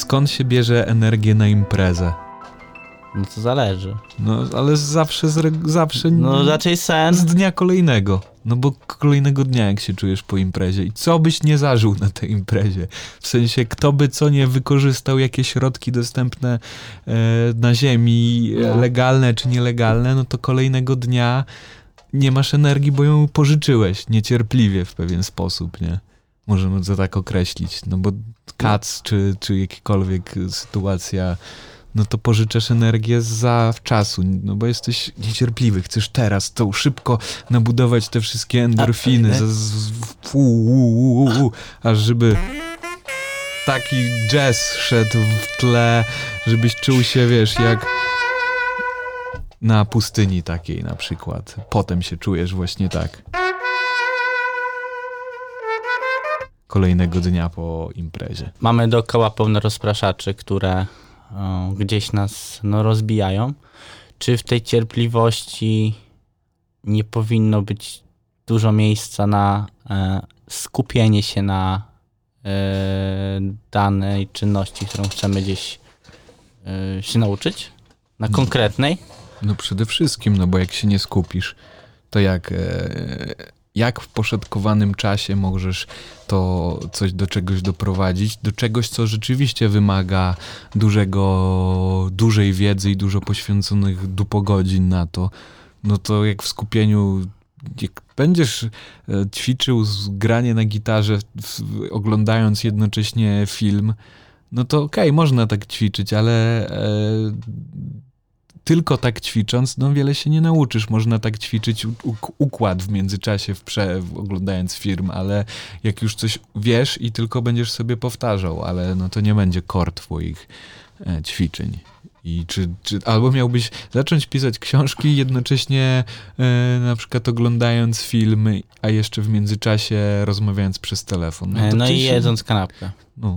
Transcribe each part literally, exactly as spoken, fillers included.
skąd się bierze energię na imprezę? No to zależy. No, ale zawsze, z reg- zawsze No raczej sen. z dnia kolejnego. No bo kolejnego dnia, jak się czujesz po imprezie. I co byś nie zażył na tej imprezie? W sensie, kto by co nie wykorzystał, jakie środki dostępne e, na ziemi, No. legalne czy nielegalne, no to kolejnego dnia nie masz energii, bo ją pożyczyłeś niecierpliwie w pewien sposób, nie? Możemy to tak określić. No bo kac czy, czy jakakolwiek sytuacja, no to pożyczasz energię za czasu, no bo jesteś niecierpliwy, chcesz teraz to szybko nabudować te wszystkie endorfiny, A, z, z, u, u, u, u, aż żeby taki jazz szedł w tle, żebyś czuł się, wiesz, jak na pustyni takiej na przykład. Potem się czujesz właśnie tak. Kolejnego dnia po imprezie. Mamy dookoła pełno rozpraszaczy, które o, gdzieś nas no, rozbijają. Czy w tej cierpliwości nie powinno być dużo miejsca na e, skupienie się na e, danej czynności, którą chcemy gdzieś e, się nauczyć? Na konkretnej? No przede wszystkim, no bo jak się nie skupisz, to jak, e, jak w poszatkowanym czasie możesz to coś do czegoś doprowadzić, do czegoś, co rzeczywiście wymaga dużego, dużej wiedzy i dużo poświęconych dupogodzin na to, no to jak w skupieniu, jak będziesz e, ćwiczył granie na gitarze, w, oglądając jednocześnie film, no to okej, okay, można tak ćwiczyć, ale e, tylko tak ćwicząc, no wiele się nie nauczysz. Można tak ćwiczyć u- układ w międzyczasie, w prze, w, oglądając film, ale jak już coś wiesz i tylko będziesz sobie powtarzał, ale no to nie będzie core twoich e, ćwiczeń. I czy, czy, albo miałbyś zacząć pisać książki jednocześnie e, na przykład oglądając filmy, a jeszcze w międzyczasie rozmawiając przez telefon. No, to no ci i się- jedząc kanapkę. No.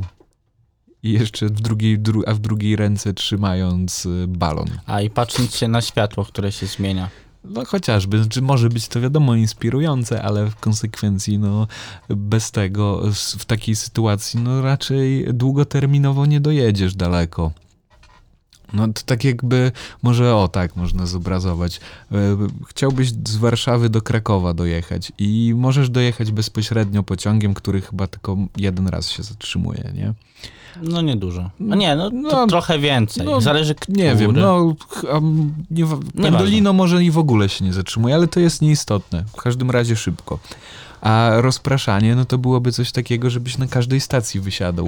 I jeszcze w drugiej, dru, a w drugiej ręce trzymając y, balon. A i patrząc się na światło, które się zmienia. No chociażby, znaczy może być to wiadomo inspirujące, ale w konsekwencji no bez tego s- w takiej sytuacji no raczej długoterminowo nie dojedziesz daleko. No to tak jakby, może o tak można zobrazować. E, Chciałbyś z Warszawy do Krakowa dojechać i możesz dojechać bezpośrednio pociągiem, który chyba tylko jeden raz się zatrzymuje, nie? No niedużo. No nie, no, to No, trochę więcej. no, Zależy który. Nie wiem, no ch- um, nie, w- Pendolino może i w ogóle się nie zatrzymuje, ale to jest nieistotne. W każdym razie szybko. A rozpraszanie, no to byłoby coś takiego, żebyś na każdej stacji wysiadał.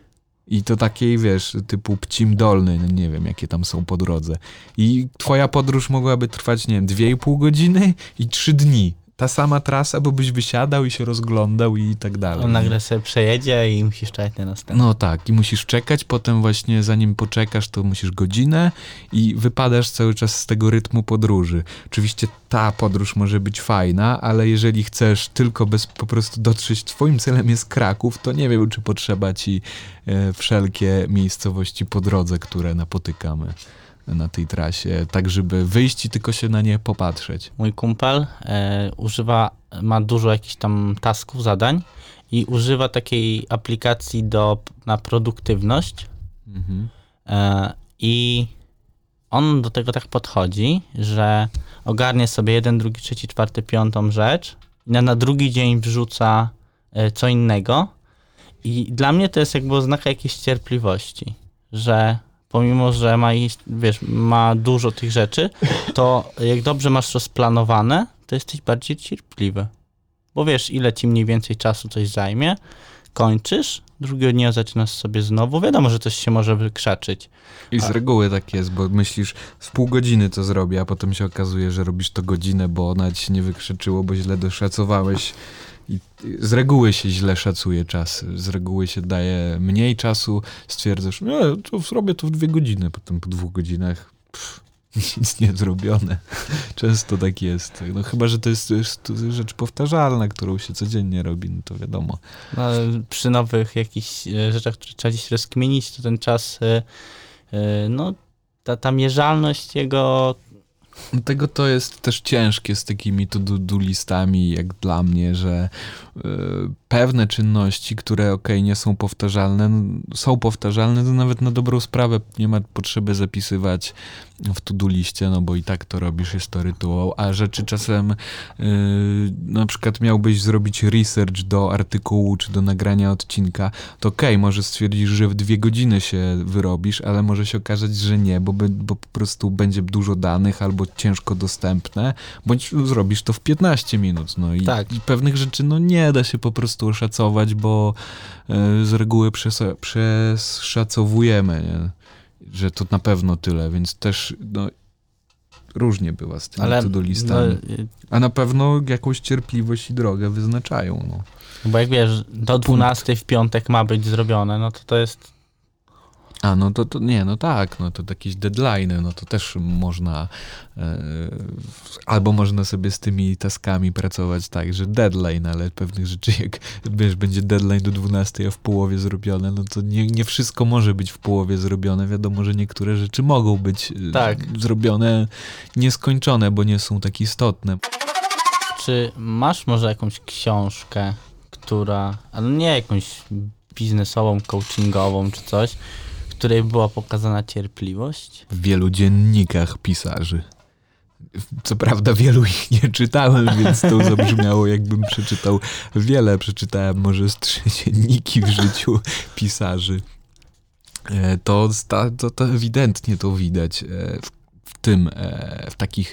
I to takiej, wiesz, typu Pcim Dolny, no nie wiem, jakie tam są po drodze. I twoja podróż mogłaby trwać, nie wiem, dwie i pół godziny i trzy dni. Ta sama trasa, bo byś wysiadał i się rozglądał i tak dalej. On nie? nagle sobie przejedzie i musisz czekać na następny. No tak, i musisz czekać, potem właśnie zanim poczekasz, to musisz godzinę i wypadasz cały czas z tego rytmu podróży. Oczywiście ta podróż może być fajna, ale jeżeli chcesz tylko bez po prostu dotrzeć, twoim celem jest Kraków, to nie wiem, czy potrzeba ci e, wszelkie miejscowości po drodze, które napotykamy na tej trasie, tak żeby wyjść i tylko się na nie popatrzeć. Mój kumpel e, używa, ma dużo jakichś tam tasków, zadań i używa takiej aplikacji do, na produktywność Mhm. e, i on do tego tak podchodzi, że ogarnie sobie jeden, drugi, trzeci, czwarty, piątą rzecz i na, na drugi dzień wrzuca e, co innego i dla mnie to jest jakby oznaka jakiejś cierpliwości, że pomimo, że ma, iść- wiesz, ma dużo tych rzeczy, to jak dobrze masz rozplanowane, to jesteś bardziej cierpliwy. Bo wiesz, ile ci mniej więcej czasu coś zajmie, kończysz, drugiego dnia zaczynasz sobie znowu. Wiadomo, że coś się może wykrzaczyć. I z reguły tak jest, bo myślisz, z pół godziny to zrobię, a potem się okazuje, że robisz to godzinę, bo nawet ci nie wykrzyczyło, bo źle doszacowałeś. I z reguły się źle szacuje czas. Z reguły się daje mniej czasu, stwierdzasz, nie, to zrobię to w dwie godziny, potem po dwóch godzinach pff, nic nie zrobione. Często tak jest. No chyba, że to jest, jest rzecz powtarzalna, którą się codziennie robi, no to wiadomo. No, ale przy nowych jakichś e, rzeczach, które trzeba gdzieś rozkminić, to ten czas, e, e, no ta, ta mierzalność jego Dlatego to jest też ciężkie z takimi to-do listami, jak dla mnie, że y, pewne czynności, które okej, okay, nie są powtarzalne, no, są powtarzalne, to nawet na dobrą sprawę nie ma potrzeby zapisywać w to-do liście, no bo i tak to robisz, jest to rytuał, a rzeczy czasem y, na przykład miałbyś zrobić research do artykułu czy do nagrania odcinka, to okej, okay, może stwierdzisz, że w dwie godziny się wyrobisz, ale może się okazać, że nie, bo, by, bo po prostu będzie dużo danych albo ciężko dostępne, bądź zrobisz to w piętnaście minut. No i, tak. i pewnych rzeczy no nie da się po prostu oszacować, bo y, z reguły przesa- przeszacowujemy, nie? Że to na pewno tyle, więc też no, różnie bywa z tymi Ale, to-do listami. No, a na pewno jakąś cierpliwość i drogę wyznaczają. No. Bo jak wiesz, do dwunastej w piątek ma być zrobione, no to to jest... A, no to, to nie, no tak, no to jakieś deadline'y, no to też można e, albo można sobie z tymi taskami pracować tak, że deadline, ale pewnych rzeczy jak, wiesz, będzie deadline do dwunastej, a w połowie zrobione, no to nie, nie wszystko może być w połowie zrobione, wiadomo, że niektóre rzeczy mogą być tak. zrobione nieskończone, bo nie są tak istotne. Czy masz może jakąś książkę, która, ale nie jakąś biznesową, coachingową czy coś, w której była pokazana cierpliwość? W wielu dziennikach pisarzy. Co prawda wielu ich nie czytałem, więc to zabrzmiało, jakbym przeczytał wiele. Przeczytałem może z trzy dzienniki w życiu pisarzy. To, to, to ewidentnie to widać w, w tym, w takich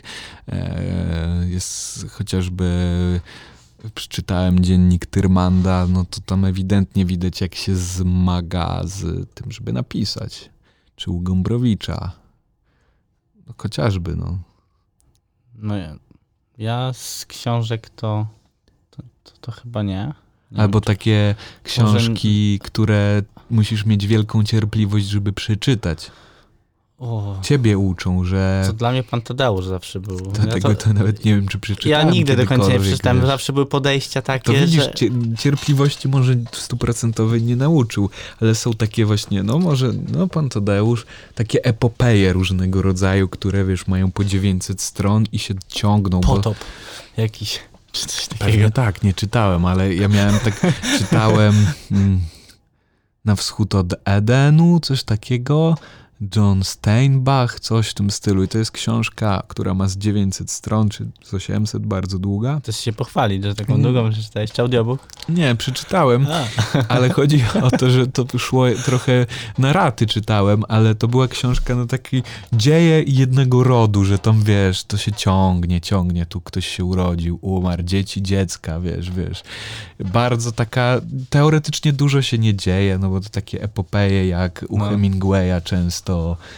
jest chociażby... Przeczytałem dziennik Tyrmanda, no to tam ewidentnie widać, jak się zmaga z tym, żeby napisać. Czy u Gombrowicza. No chociażby, no. No ja, ja z książek to, to, to, to chyba nie. nie Albo wiem, takie książki, może... które musisz mieć wielką cierpliwość, żeby przeczytać. O, Ciebie uczą, że... Co dla mnie pan Tadeusz zawsze był. Dlatego ja to, to nawet nie wiem, czy przeczytałem. Ja nigdy do końca nie przeczytałem, wiesz. zawsze były podejścia takie, To widzisz, że... cierpliwości może stuprocentowej nie nauczył, ale są takie właśnie, no może, no pan Tadeusz, takie epopeje różnego rodzaju, które, wiesz, mają po dziewięćset stron i się ciągną. Potop bo... jakiś, czy coś takiego. Pewnie tak, nie czytałem, ale ja miałem tak, czytałem mm, Na wschód od Edenu, coś takiego, John Steinbach, coś w tym stylu. I to jest książka, która ma z dziewięćset stron, czy z osiemset, bardzo długa. Chcesz się pochwalić, że taką długą przeczytałeś. Czy audiobook? Nie, przeczytałem, A. ale chodzi o to, że to szło trochę na raty czytałem, ale to była książka na taki dzieje jednego rodu, że tam, wiesz, to się ciągnie, ciągnie, tu ktoś się urodził, umarł, dzieci, dziecka, wiesz, wiesz. Bardzo taka, teoretycznie dużo się nie dzieje, no bo to takie epopeje jak u no. Hemingwaya często,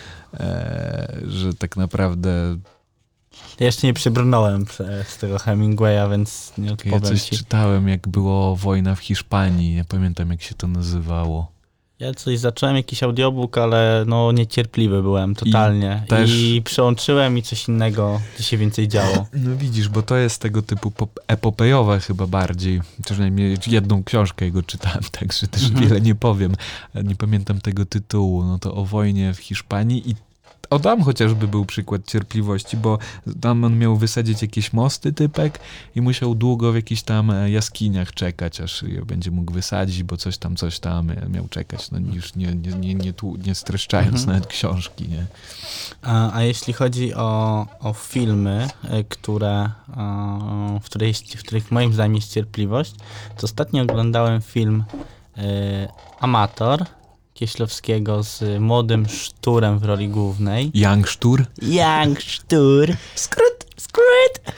e, że tak naprawdę... Ja jeszcze nie przybrnąłem z tego Hemingwaya, więc nie odpowiem Ja coś ci. czytałem, jak było wojna w Hiszpanii, nie pamiętam, jak się to nazywało. Ja coś zacząłem, jakiś audiobook, ale no niecierpliwy byłem totalnie. I, też... I przełączyłem i coś innego, co się więcej działo. No widzisz, bo to jest tego typu pop- epopejowe chyba bardziej. Przynajmniej jedną książkę jego czytałem, także też Mhm. wiele nie powiem. Nie pamiętam tego tytułu. No to o wojnie w Hiszpanii i o tam chociażby był przykład cierpliwości, bo tam on miał wysadzić jakieś mosty typek i musiał długo w jakichś tam jaskiniach czekać, aż je będzie mógł wysadzić, bo coś tam, coś tam miał czekać, no już nie, nie, nie, nie, tu, nie streszczając Mhm. nawet książki, nie? A, a jeśli chodzi o, o filmy, y, które, y, w, której, w których moim zdaniem jest cierpliwość, to ostatnio oglądałem film y, Amator Kieślowskiego z młodym Szturem w roli głównej. Young Sztur? Young Sztur. Skrót, skrót.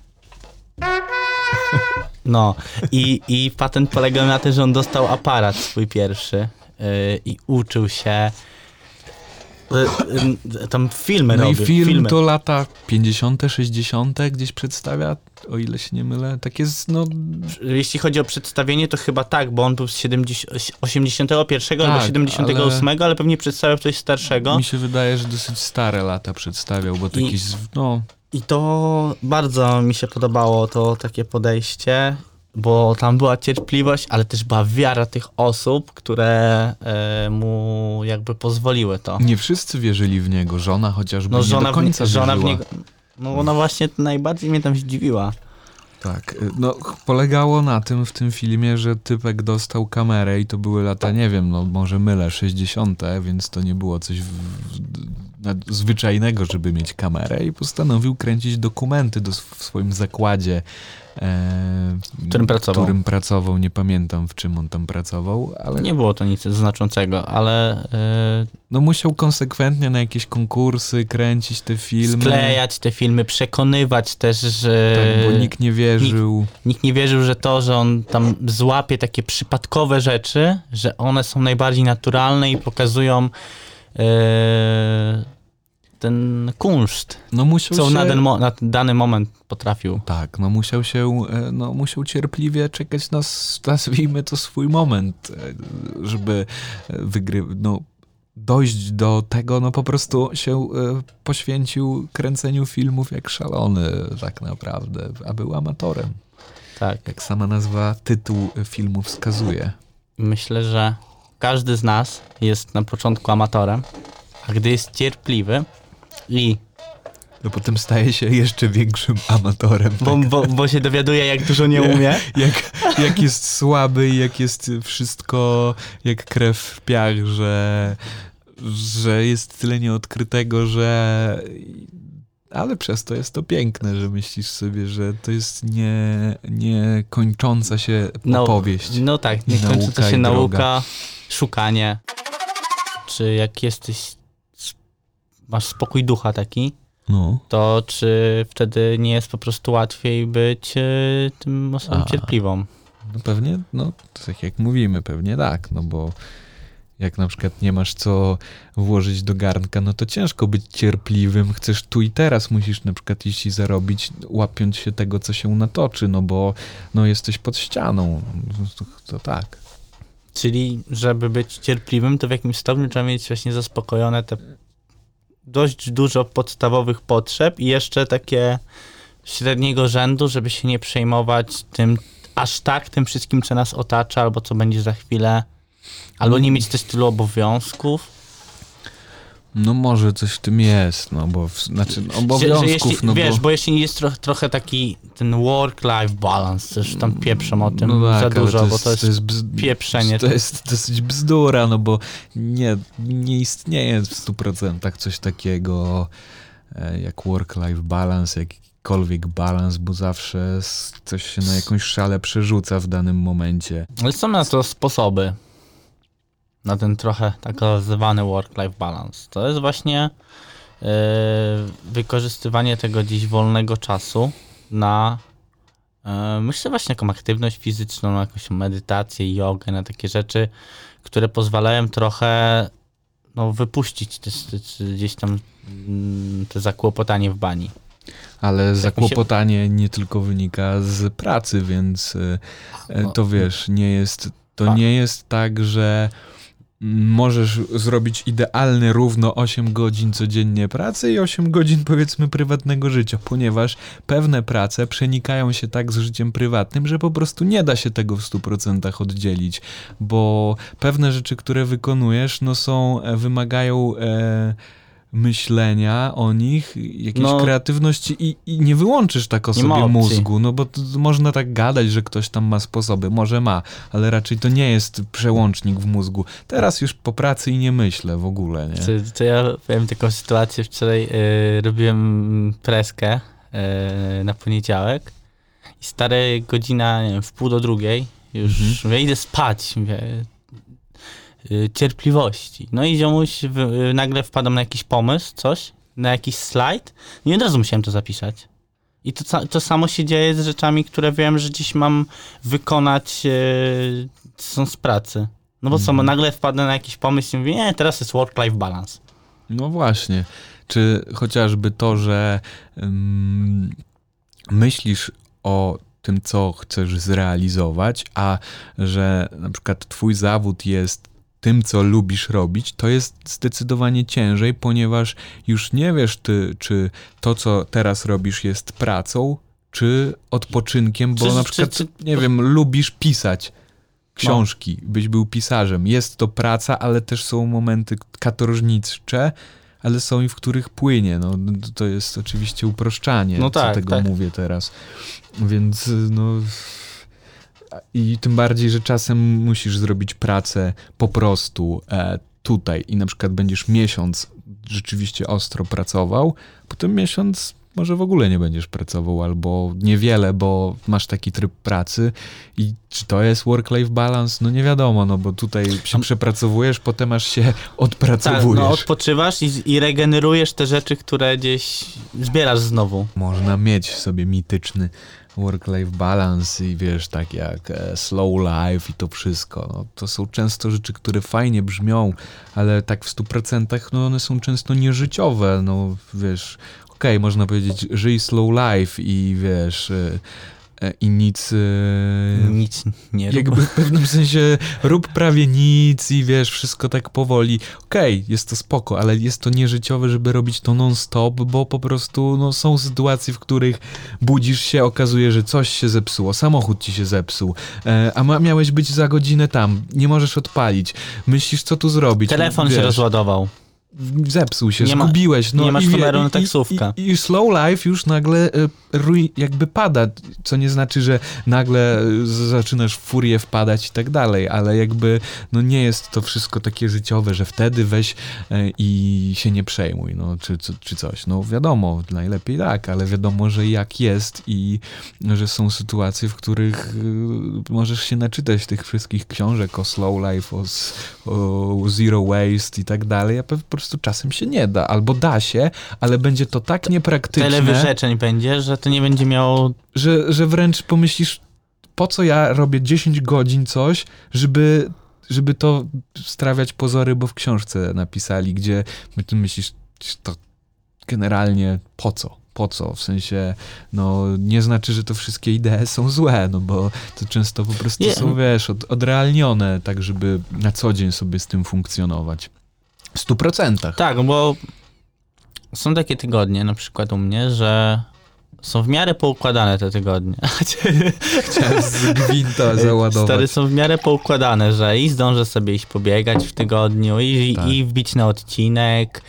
No i, i patent polegał na tym, że on dostał aparat swój pierwszy yy, i uczył się. Yy, yy, tam filmy No robił. i film filmy. to lata pięćdziesiąte, sześćdziesiąte gdzieś przedstawia, o ile się nie mylę. Tak jest, no... Jeśli chodzi o przedstawienie, to chyba tak, bo on był z osiemdziesiątego pierwszego Tak, albo siedemdziesiątego ósmego, ale... ale pewnie przedstawiał coś starszego. Mi się wydaje, że dosyć stare lata przedstawiał, bo to I- jakieś, no... I to bardzo mi się podobało, to takie podejście, bo tam była cierpliwość, ale też była wiara tych osób, które e, mu jakby pozwoliły to. Nie wszyscy wierzyli w niego, żona chociażby No nie żona, do końca w, żona w wierzyła. niego... No ona właśnie najbardziej mnie tam zdziwiła. Tak, no polegało na tym w tym filmie, że typek dostał kamerę i to były lata, nie wiem, no może mylę, sześćdziesiąte, więc to nie było coś w, w, zwyczajnego, żeby mieć kamerę i postanowił kręcić dokumenty do, w swoim zakładzie, e, w którym pracował. którym pracował. Nie pamiętam, w czym on tam pracował, ale... Nie było to nic znaczącego, ale... Yy... No musiał konsekwentnie na jakieś konkursy kręcić te filmy. Sklejać te filmy, przekonywać też, że... Tak, bo nikt nie wierzył. Nikt, nikt nie wierzył, że to, że on tam złapie takie przypadkowe rzeczy, że one są najbardziej naturalne i pokazują yy, ten kunszt, no musiał co się... na, ten mo- na dany moment potrafił. Tak, no musiał się, no musiał cierpliwie czekać na, nazwijmy to, swój moment, żeby wygrywać, no dojść do tego, no po prostu się poświęcił kręceniu filmów jak szalony tak naprawdę, a był amatorem. Tak. Jak sama nazwa, tytuł filmu wskazuje. Myślę, że każdy z nas jest na początku amatorem, a gdy jest cierpliwy i no potem staje się jeszcze większym amatorem. Bo, tak? bo, bo się dowiaduje, jak dużo nie umie. Jak, jak jest słaby i jak jest wszystko jak krew w piach, że, że jest tyle nieodkrytego, że... Ale przez to jest to piękne, że myślisz sobie, że to jest nie, nie kończąca się opowieść. No, no tak, nie kończąca się nauka, szukanie. Czy jak jesteś, masz spokój ducha taki, no. to czy wtedy nie jest po prostu łatwiej być y, tym osobą A, cierpliwą? No pewnie, no tak jak mówimy, pewnie tak, no bo jak na przykład nie masz co włożyć do garnka, no to ciężko być cierpliwym. Chcesz tu i teraz, musisz na przykład iść i zarobić, łapiąc się tego, co się natoczy, no bo no, jesteś pod ścianą. To, to tak. Czyli, żeby być cierpliwym, to w jakimś stopniu trzeba mieć właśnie zaspokojone te dość dużo podstawowych potrzeb i jeszcze takie średniego rzędu, żeby się nie przejmować tym, aż tak tym wszystkim, co nas otacza, albo co będzie za chwilę. Albo nie mieć też tylu obowiązków. No może coś w tym jest, no bo w, znaczy obowiązków, że, że jeśli, no wiesz, bo... bo jeśli jest trochę, trochę taki ten work-life balance, też tam pieprzą o tym no tak, za dużo, to jest, bo to jest, to jest bzd... pieprzenie. To jest dosyć bzdura, no bo nie, nie istnieje w stu procentach coś takiego jak work-life balance, jakikolwiek balans, bo zawsze coś się na jakąś szalę przerzuca w danym momencie. Ale są na to sposoby. Na ten trochę tak nazywany work-life balance. To jest właśnie yy, wykorzystywanie tego dziś wolnego czasu na yy, myślę właśnie taką aktywność fizyczną, na jakąś medytację, jogę, na takie rzeczy, które pozwalają trochę no, wypuścić te, te, gdzieś tam yy, te zakłopotanie w bani. Ale zakłopotanie się... nie tylko wynika z pracy, więc yy, to wiesz, nie jest, to nie jest tak, że możesz zrobić idealny równo osiem godzin codziennie pracy i osiem godzin powiedzmy prywatnego życia, ponieważ pewne prace przenikają się tak z życiem prywatnym, że po prostu nie da się tego w stu procentach oddzielić, bo pewne rzeczy, które wykonujesz, no są, wymagają e, myślenia o nich, jakiejś no, kreatywności i, i nie wyłączysz tak o sobie mózgu, no bo to, to można tak gadać, że ktoś tam ma sposoby, może ma, ale raczej to nie jest przełącznik w mózgu. Teraz już po pracy i nie myślę w ogóle, nie? To, to ja powiem taką sytuację, wczoraj yy, robiłem preskę yy, na poniedziałek i stare godzina, nie wiem, w pół do drugiej, już mhm. mówię, idę spać, mówię, cierpliwości. No i ziomuś w, nagle wpadam na jakiś pomysł, coś, na jakiś slajd i od razu musiałem to zapisać. I to, to samo się dzieje z rzeczami, które wiem, że dziś mam wykonać, yy, są z pracy. No bo mm. co, nagle wpadnę na jakiś pomysł i mówię, nie, teraz jest work-life balance. No właśnie. Czy chociażby to, że um, myślisz o tym, co chcesz zrealizować, a że na przykład twój zawód jest tym, co lubisz robić, to jest zdecydowanie ciężej, ponieważ już nie wiesz ty, czy to, co teraz robisz jest pracą, czy odpoczynkiem, bo czy, na przykład, czy, czy, nie to... wiem, lubisz pisać książki, no. byś był pisarzem. Jest to praca, ale też są momenty katorżnicze, ale są i w których płynie. No, to jest oczywiście uproszczanie, no tak, co tego tak. mówię teraz. Więc no... I tym bardziej, że czasem musisz zrobić pracę po prostu e, tutaj i na przykład będziesz miesiąc rzeczywiście ostro pracował, potem miesiąc może w ogóle nie będziesz pracował albo niewiele, bo masz taki tryb pracy i czy to jest work-life balance? No nie wiadomo, no bo tutaj się przepracowujesz, potem aż się odpracowujesz. Tak, no odpoczywasz i, i regenerujesz te rzeczy, które gdzieś zbierasz znowu. Można mieć sobie mityczny work-life balance i wiesz, tak jak e, slow life i to wszystko. No, to są często rzeczy, które fajnie brzmią, ale tak w stu procentach no, one są często nieżyciowe. No wiesz, okej, okay, można powiedzieć żyj slow life i wiesz... E, i nic... Yy, nic nie rób. Jakby w pewnym sensie rób prawie nic i wiesz, wszystko tak powoli. Okej, okay, jest to spoko, ale jest to nieżyciowe, żeby robić to non-stop, bo po prostu no, są sytuacje, w których budzisz się, okazuje, że coś się zepsuło, samochód ci się zepsuł, e, a ma, miałeś być za godzinę tam, nie możesz odpalić, myślisz, co tu zrobić. Telefon wiesz, się rozładował. Zepsuł się, nie zgubiłeś. No, nie masz i, numeru i, na taksówkę. I, i, I slow life już nagle y, jakby pada, co nie znaczy, że nagle zaczynasz w furię wpadać i tak dalej, ale jakby no nie jest to wszystko takie życiowe, że wtedy weź y, i się nie przejmuj, no, czy, czy, czy coś. No wiadomo, najlepiej tak, ale wiadomo, że jak jest i że są sytuacje, w których y, możesz się naczytać tych wszystkich książek o slow life, o, o zero waste i tak dalej, a po prostu czasem się nie da, albo da się, ale będzie to tak niepraktyczne. Tyle wyrzeczeń będzie, że to nie będzie miało... Że, że wręcz pomyślisz, po co ja robię dziesięć godzin coś, żeby, żeby to strawiać pozory, bo w książce napisali, gdzie ty myślisz, to generalnie po co? Po co? W sensie, no nie znaczy, że to wszystkie idee są złe, no bo to często po prostu Nie. są, wiesz, od, odrealnione, tak żeby na co dzień sobie z tym funkcjonować. W stu procentach. Tak, bo są takie tygodnie, na przykład u mnie, że są w miarę poukładane te tygodnie. Chciałem z gwinta załadować. Stary, są w miarę poukładane, że i zdążę sobie iść pobiegać w tygodniu, i, tak. i wbić na odcinek,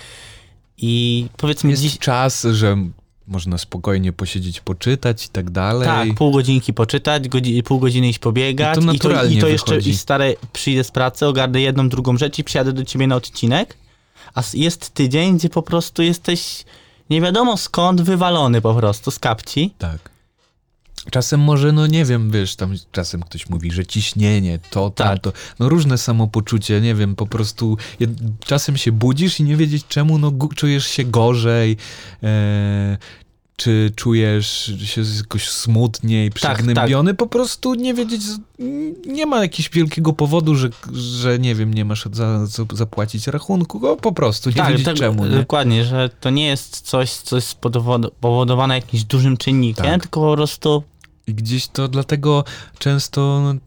i powiedzmy jest dziś... czas, że można spokojnie posiedzieć, poczytać i tak dalej. Tak, pół godzinki poczytać, godzi- pół godziny iść pobiegać. I to naturalnie I to, i to jeszcze, wychodzi. i stare, przyjdę z pracy, ogarnę jedną, drugą rzecz i przyjadę do ciebie na odcinek, a jest tydzień, gdzie po prostu jesteś nie wiadomo skąd wywalony po prostu z kapci. Tak. Czasem może, no nie wiem, wiesz, tam czasem ktoś mówi, że ciśnienie, to, tamto, no różne samopoczucie, nie wiem, po prostu jed, czasem się budzisz i nie wiedzieć czemu, no gu, czujesz się gorzej, e, czy czujesz się jakoś smutniej, przygnębiony, tak, tak. Po prostu nie wiedzieć, nie ma jakiegoś wielkiego powodu, że, że nie wiem, nie masz za co zapłacić rachunku, go po prostu nie tak, wiedzieć tak, czemu. Nie? Dokładnie, że to nie jest coś, co jest spowodowane jakimś dużym czynnikiem, tak. tylko po prostu... I gdzieś to dlatego często... No,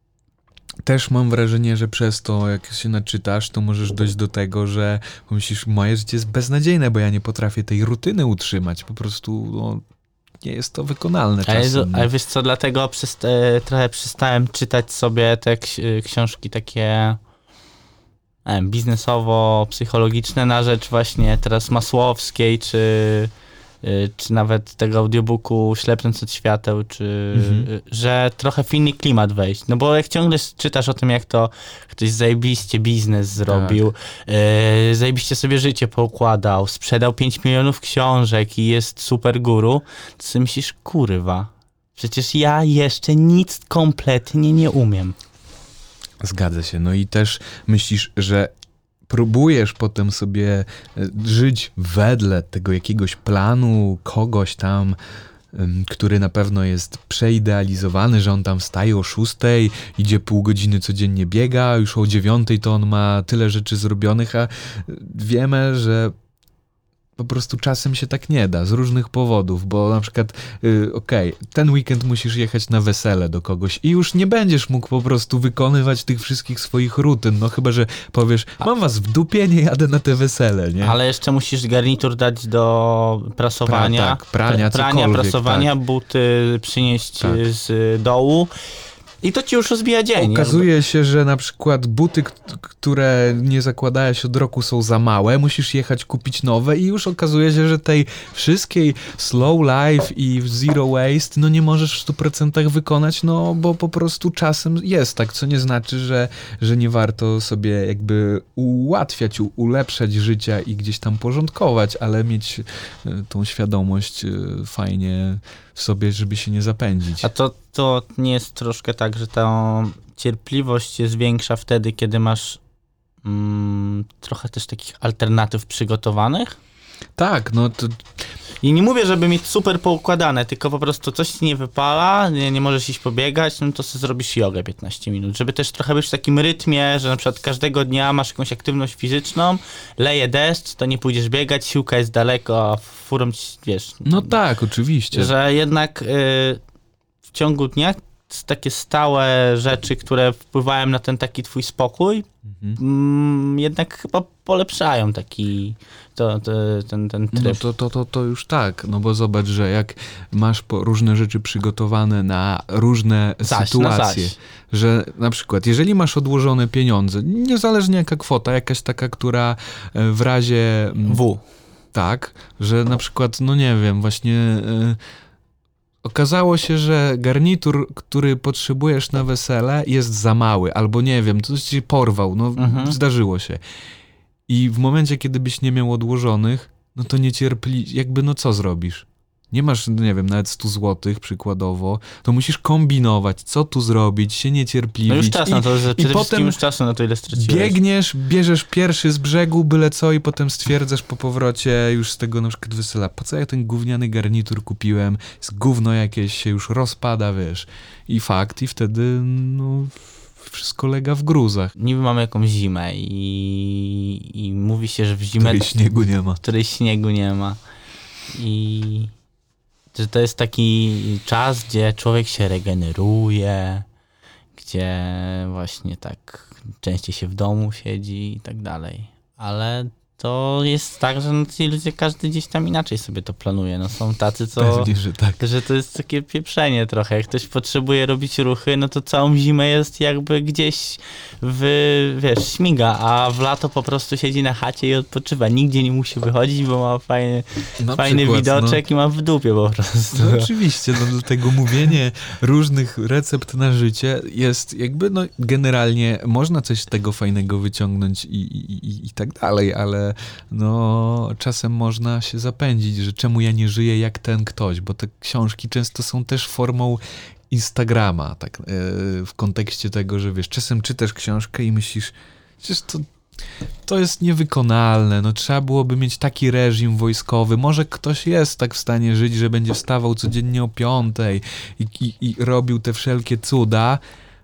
też mam wrażenie, że przez to, jak się naczytasz, to możesz dojść do tego, że myślisz, moje życie jest beznadziejne, bo ja nie potrafię tej rutyny utrzymać. Po prostu no, nie jest to wykonalne czasem. Ale wiesz co, dlatego przysta- trochę przestałem czytać sobie te k- książki takie nie wiem, biznesowo-psychologiczne na rzecz właśnie teraz Masłowskiej, czy czy nawet tego audiobooku Ślepnąc od świateł, czy mhm. że trochę w inny klimat wejść. No bo jak ciągle czytasz o tym, jak to ktoś zajebiście biznes zrobił, tak. yy, zajebiście sobie życie poukładał, sprzedał pięć milionów książek i jest super guru, to sobie myślisz, kurwa, przecież ja jeszcze nic kompletnie nie umiem. Zgadza się. No i też myślisz, że próbujesz potem sobie żyć wedle tego jakiegoś planu, kogoś tam, który na pewno jest przeidealizowany, że on tam wstaje o szóstej, idzie pół godziny codziennie biega, już o dziewiątej to on ma tyle rzeczy zrobionych, a wiemy, że po prostu czasem się tak nie da, z różnych powodów, bo na przykład yy, okej, okay, ten weekend musisz jechać na wesele do kogoś i już nie będziesz mógł po prostu wykonywać tych wszystkich swoich rutyn, no chyba, że powiesz, mam was w dupie, nie jadę na te wesele, nie? Ale jeszcze musisz garnitur dać do prasowania, Pra, tak, prania, prania, prasowania, tak. buty przynieść tak. z dołu I to ci już rozbija dzień. Okazuje się, że na przykład buty, k- które nie zakładałeś od roku, są za małe, musisz jechać kupić nowe i już okazuje się, że tej wszystkiej slow life i zero waste, no nie możesz w stu procentach wykonać, no bo po prostu czasem jest tak, co nie znaczy, że, że nie warto sobie jakby ułatwiać, u, ulepszać życia i gdzieś tam porządkować, ale mieć y, tą świadomość y, fajnie w sobie, żeby się nie zapędzić. A to, to nie jest troszkę tak, że ta cierpliwość jest większa wtedy, kiedy masz mm, trochę też takich alternatyw przygotowanych? Tak, no to... I nie mówię, żeby mieć super poukładane, tylko po prostu coś ci nie wypala, nie, nie możesz iść pobiegać, no to sobie zrobisz jogę piętnaście minut, żeby też trochę być w takim rytmie, że na przykład każdego dnia masz jakąś aktywność fizyczną, leje deszcz, to nie pójdziesz biegać, siłka jest daleko, a furą ci, wiesz... No tak, oczywiście. Że jednak y, w ciągu dnia takie stałe rzeczy, które wpływają na ten taki twój spokój, Mhm. mm, jednak chyba polepszają taki to, to, ten, ten tryb. No to, to, to, to już tak, no bo zobacz, że jak masz po różne rzeczy przygotowane na różne Zaś, sytuacje, no zaś. że na przykład jeżeli masz odłożone pieniądze, niezależnie jaka kwota, jakaś taka, która e, w razie... mm, W. Tak, że na przykład, no nie wiem, właśnie e, okazało się, że garnitur, który potrzebujesz na wesele jest za mały, albo nie wiem, coś ci porwał, no Mhm. zdarzyło się. I w momencie, kiedy byś nie miał odłożonych, no to niecierpli, jakby no co zrobisz? Nie masz, nie wiem, nawet stu złotych przykładowo, to musisz kombinować, co tu zrobić, się niecierpliwić. No już czas i, na to, że przede wszystkim potem już czasu na to, ile straciłeś. biegniesz, bierzesz pierwszy z brzegu, byle co i potem stwierdzasz po powrocie już z tego na przykład wesela, po co ja ten gówniany garnitur kupiłem, jest gówno jakieś, się już rozpada, wiesz. I fakt, i wtedy no wszystko lega w gruzach. Niby mamy jakąś zimę i, i mówi się, że w zimę... Której śniegu nie ma. której śniegu nie ma. I że to jest taki czas, gdzie człowiek się regeneruje, gdzie właśnie tak częściej się w domu siedzi i tak dalej. Ale to jest tak, że no ci ludzie, każdy gdzieś tam inaczej sobie to planuje. No są tacy, co... Pewnie, że tak. Że to jest takie pieprzenie trochę. Jak ktoś potrzebuje robić ruchy, no to całą zimę jest jakby gdzieś w, wiesz, śmiga, a w lato po prostu siedzi na chacie i odpoczywa. Nigdzie nie musi wychodzić, bo ma fajny, Na fajny przykład, widoczek no. i ma w dupie po prostu. No oczywiście, no dlatego mówienie różnych recept na życie jest jakby, no generalnie można coś z tego fajnego wyciągnąć i, i, i, i tak dalej, ale no czasem można się zapędzić, że czemu ja nie żyję jak ten ktoś, bo te książki często są też formą Instagrama, tak e, w kontekście tego, że wiesz, czasem czytasz książkę i myślisz, przecież to To jest niewykonalne, no trzeba byłoby mieć taki reżim wojskowy, może ktoś jest tak w stanie żyć, że będzie wstawał codziennie o piątej i, i, i robił te wszelkie cuda,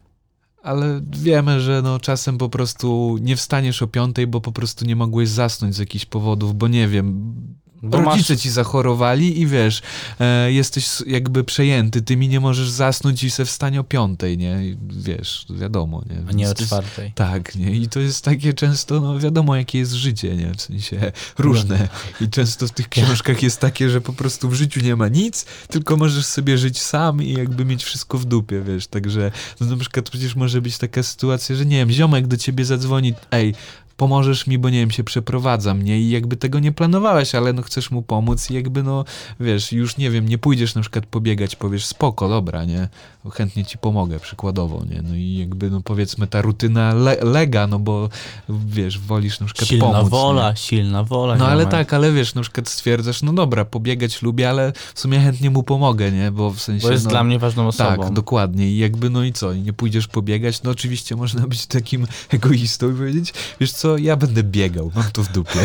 ale wiemy, że no czasem po prostu nie wstaniesz o piątej, bo po prostu nie mogłeś zasnąć z jakichś powodów, bo nie wiem... Bo Rodzice masz- ci zachorowali i wiesz, e, jesteś s- jakby przejęty tym i nie możesz zasnąć i se wstań o piątej, nie? I wiesz, wiadomo, nie? A nie Więc o to jest- czwartej. Tak, nie? I to jest takie często, no wiadomo jakie jest życie, nie? W sensie różne. I często w tych książkach jest takie, że po prostu w życiu nie ma nic, tylko możesz sobie żyć sam i jakby mieć wszystko w dupie, wiesz? Także no na przykład przecież może być taka sytuacja, że nie wiem, ziomek do ciebie zadzwoni, ej, pomożesz mi, bo nie wiem, się przeprowadzam, nie? I jakby tego nie planowałeś, ale no chcesz mu pomóc i jakby no, wiesz, już nie wiem, nie pójdziesz na przykład pobiegać, powiesz spoko, dobra, nie? Chętnie ci pomogę, przykładowo, nie? No i jakby, no powiedzmy, ta rutyna le- lega, no bo wiesz, wolisz na przykład Silna pomóc. wola, Nie? silna wola. No ale ziomek. tak, ale wiesz, na przykład stwierdzasz, no dobra, pobiegać lubię, ale w sumie chętnie mu pomogę, nie? Bo w sensie, Bo jest no, dla mnie ważną osobą. tak, dokładnie. I jakby, no i co? I nie pójdziesz pobiegać? No oczywiście można być takim egoistą i powiedzieć, wiesz co, ja będę biegał, mam to w dupie.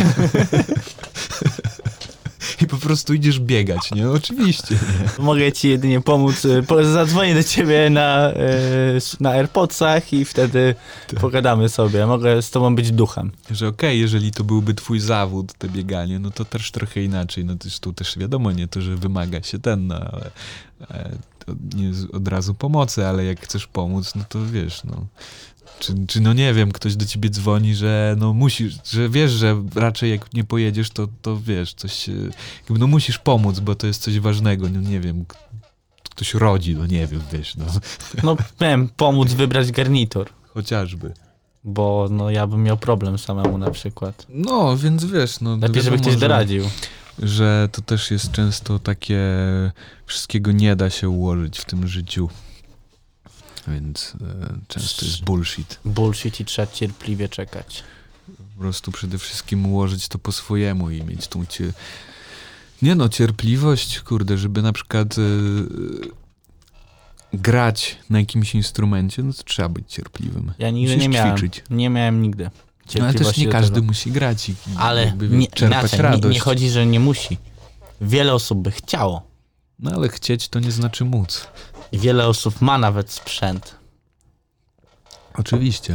I po prostu idziesz biegać, nie? Oczywiście, nie? Mogę ci jedynie pomóc. y, Po, zadzwonię do ciebie na, y, na AirPodsach i wtedy Tak. pogadamy sobie. Mogę z tobą być duchem. Że okej, jeżeli to byłby twój zawód, te bieganie, no to też trochę inaczej. No też tu też wiadomo, nie to, że wymaga się ten, no ale e, to nie z- od razu pomocy, ale jak chcesz pomóc, no to wiesz, no. Czy, czy no nie wiem, ktoś do ciebie dzwoni, że no musisz, że wiesz, że raczej jak nie pojedziesz, to, to wiesz, coś, e, jakby no musisz pomóc, bo to jest coś ważnego, no nie wiem, k- ktoś rodzi, no nie wiem, wiesz, no. No wiem, pomóc wybrać garnitur, Chociażby. bo no ja bym miał problem samemu na przykład. No, więc wiesz, no... Lepiej, żeby wiadomo, ktoś że- doradził. że to też jest często takie, wszystkiego nie da się ułożyć w tym życiu, więc e, często jest bullshit. Bullshit i trzeba cierpliwie czekać. Po prostu przede wszystkim ułożyć to po swojemu i mieć tą cie... nie no, cierpliwość, kurde, żeby na przykład e, grać na jakimś instrumencie, no to trzeba być cierpliwym. Ja nigdy Musisz nie miałem. ćwiczyć. Nie miałem nigdy. No, ale też cierpliwości nie do każdy tego. musi grać i, i Ale jakby nie, czerpać inaczej, nie, radość. nie chodzi, że nie musi. Wiele osób by chciało. No ale chcieć to nie znaczy móc. I wiele osób ma nawet sprzęt, Oczywiście.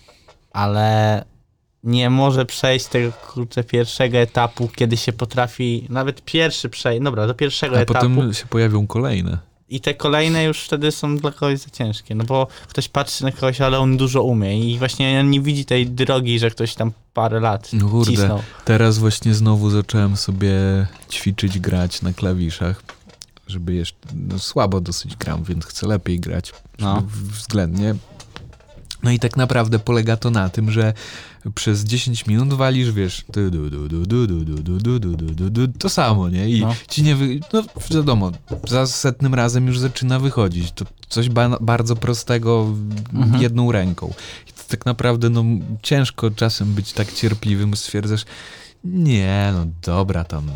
ale nie może przejść tego kurczę pierwszego etapu, kiedy się potrafi, nawet pierwszy przejść, dobra, do pierwszego A etapu potem się pojawią kolejne. i te kolejne już wtedy są dla kogoś za ciężkie, no bo ktoś patrzy na kogoś, ale on dużo umie i właśnie nie widzi tej drogi, że ktoś tam parę lat No kurde, cisnął. teraz właśnie znowu zacząłem sobie ćwiczyć, grać na klawiszach, żeby jeszcze, no słabo dosyć gram, więc chcę lepiej grać, żeby No. w- względnie. No i tak naprawdę polega to na tym, że przez dziesięć minut walisz, wiesz, du, du, du, du, du, du, du, du, du, du, du, du, to samo, nie? I No. ci nie wy... No wiadomo, za setnym razem już zaczyna wychodzić. To coś ba- bardzo prostego Mhm. jedną ręką. I to tak naprawdę, no ciężko czasem być tak cierpliwym, bo stwierdzasz, nie, no dobra, tam...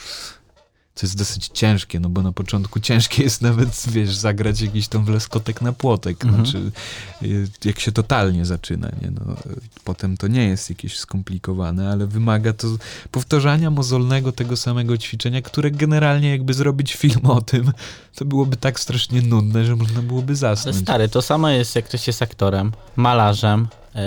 To jest dosyć ciężkie, no bo na początku ciężkie jest nawet, wiesz, zagrać jakiś tam wleskotek na płotek, Mhm. znaczy y, jak się totalnie zaczyna, nie, no, y, potem to nie jest jakieś skomplikowane, ale wymaga to powtarzania mozolnego tego samego ćwiczenia, które generalnie jakby zrobić film o tym, to byłoby tak strasznie nudne, że można byłoby Ale zasnąć. stary, to samo jest jak ktoś jest aktorem, malarzem, yy,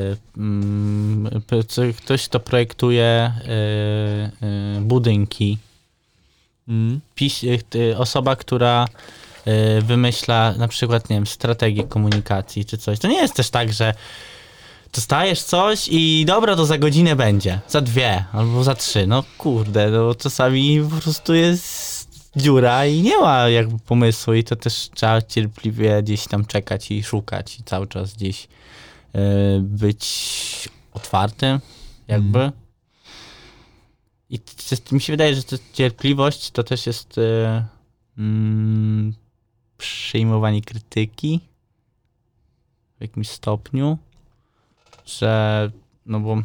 mm, p- co- ktoś to projektuje yy, yy, budynki, Mm. Pis, y, osoba, która y, wymyśla na przykład, nie wiem, strategię komunikacji czy coś. To nie jest też tak, że dostajesz coś i dobra, to za godzinę będzie, za dwie albo za trzy. No kurde, no czasami po prostu jest dziura i nie ma jakby pomysłu i to też trzeba cierpliwie gdzieś tam czekać i szukać i cały czas gdzieś y, być otwartym jakby. Mm. I t- t- mi się wydaje, że to cierpliwość to też jest e, mm, przyjmowanie krytyki w jakimś stopniu, że no bo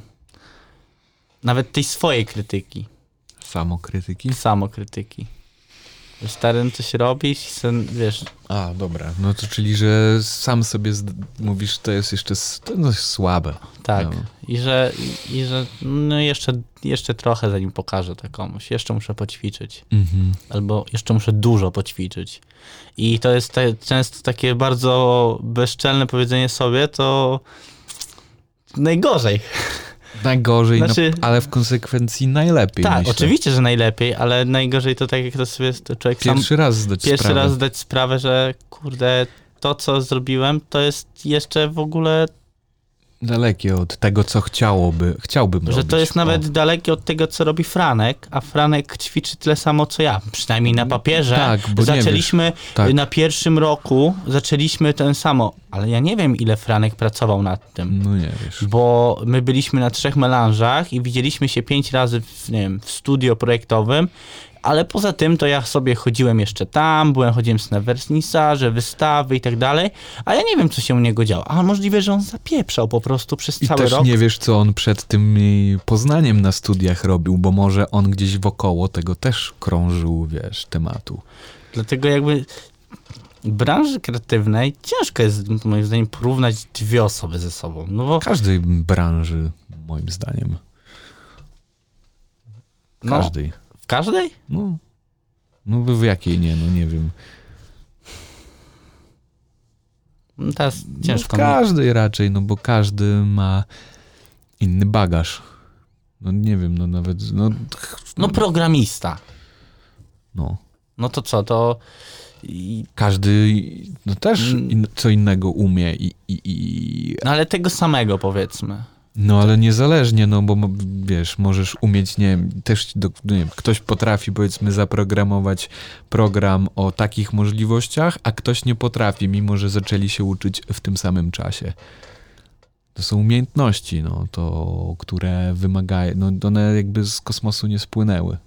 nawet tej swojej krytyki, Samokrytyki? samokrytyki. Że starym coś robisz i sen, wiesz, A, dobra. No to czyli, że sam sobie zd- mówisz, to jest jeszcze s- to no, jest słabe. tak. No. I że, i, i że no jeszcze, jeszcze trochę zanim pokażę to komuś, jeszcze muszę poćwiczyć. Mhm. Albo jeszcze muszę dużo poćwiczyć. I to jest te, często takie bardzo bezczelne powiedzenie sobie, to najgorzej. Najgorzej, Znaczy- no, ale w konsekwencji najlepiej, Tak, myślę. oczywiście, że najlepiej, ale najgorzej to tak jak to sobie to człowiek sam Pierwszy raz zdać pierwszy sprawę. raz zdać sprawę, że kurde, to co zrobiłem, to jest jeszcze w ogóle, Dalekie od tego, co chciałoby, chciałbym że robić. to jest nawet O. dalekie od tego, co robi Franek, a Franek ćwiczy tyle samo, co ja. Przynajmniej na papierze. Tak, bo nie Zaczęliśmy tak. na pierwszym roku, zaczęliśmy ten samo, ale ja nie wiem, ile Franek pracował nad tym. No nie wiesz. Bo my byliśmy na trzech melanżach i widzieliśmy się pięć razy w, nie wiem, w studio projektowym, ale poza tym to ja sobie chodziłem jeszcze tam, byłem, chodziłem na wernisarze, wystawy i tak dalej, a ja nie wiem, co się u niego działo. A możliwe, że on zapieprzał po prostu przez I cały też rok. nie wiesz, co on przed tym y, Poznaniem na studiach robił, bo może on gdzieś wokoło tego też krążył, wiesz, tematu. Dlatego jakby w branży kreatywnej ciężko jest, moim zdaniem, porównać dwie osoby ze sobą. No bo W każdej branży, moim zdaniem. W no, każdej. w każdej? No, no w jakiej nie, no nie wiem. No teraz No, w ciężko mi. każdej raczej, no bo każdy ma inny bagaż. No nie wiem, no nawet, no, No programista. no. No to co, to... I, Każdy no też Mm. in, co innego umie i, i, i no ale tego samego powiedzmy. No ale niezależnie, no bo wiesz, możesz umieć, nie wiem, też do, nie wiem, ktoś potrafi powiedzmy zaprogramować program o takich możliwościach, a ktoś nie potrafi, mimo że zaczęli się uczyć w tym samym czasie. To są umiejętności, no, to, które wymagają, no one jakby z kosmosu nie spłynęły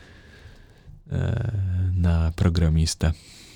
e, na programistę.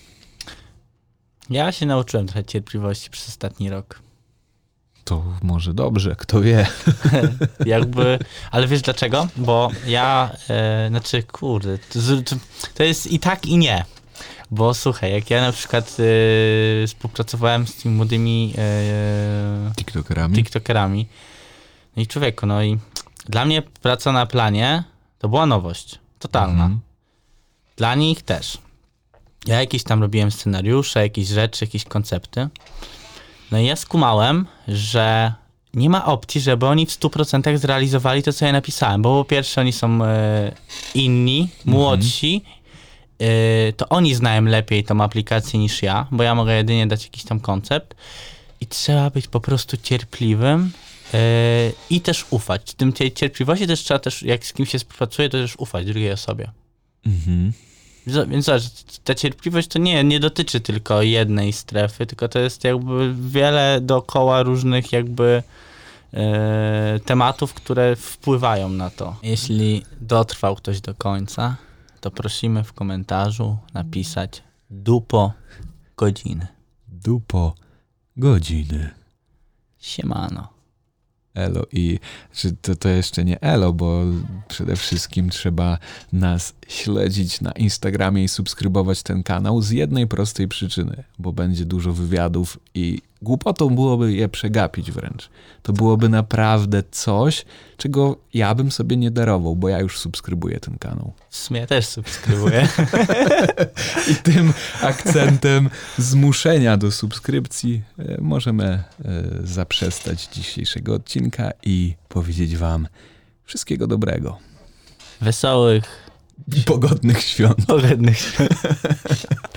Ja się nauczyłem trochę cierpliwości przez ostatni rok. To może dobrze, kto wie. Jakby, ale wiesz dlaczego? Bo ja, e, znaczy kurde, to, to, to jest i tak i nie. Bo słuchaj, jak ja na przykład e, współpracowałem z tymi młodymi e, TikTokerami. TikTokerami. No i człowieku, no i dla mnie praca na planie to była nowość. Totalna. Mhm. Dla nich też. Ja jakieś tam robiłem scenariusze, jakieś rzeczy, jakieś koncepty. No i ja skumałem, że nie ma opcji, żeby oni w stu procentach zrealizowali to, co ja napisałem, bo po pierwsze oni są e, inni, młodsi, e, to oni znają lepiej tą aplikację niż ja, bo ja mogę jedynie dać jakiś tam koncept i trzeba być po prostu cierpliwym e, i też ufać. Tym tej cierpliwości też trzeba też, jak z kimś się współpracuje, to też ufać drugiej osobie. Mhm. Więc zobacz, ta cierpliwość to nie, nie dotyczy tylko jednej strefy, tylko to jest jakby wiele dookoła różnych jakby e, tematów, które wpływają na to. Jeśli dotrwał ktoś do końca, to prosimy w komentarzu napisać dupo godziny. Dupo godziny. Siemano. Elo i czy to, to jeszcze nie elo, bo przede wszystkim trzeba nas śledzić na Instagramie i subskrybować ten kanał z jednej prostej przyczyny, bo będzie dużo wywiadów i głupotą byłoby je przegapić wręcz. To byłoby naprawdę coś, czego ja bym sobie nie darował, bo ja już subskrybuję ten kanał. W sumie ja też subskrybuję. I tym akcentem zmuszenia do subskrypcji e, możemy e, zaprzestać dzisiejszego odcinka i powiedzieć wam wszystkiego dobrego. Wesołych I pogodnych świąt. Pogodnych świąt.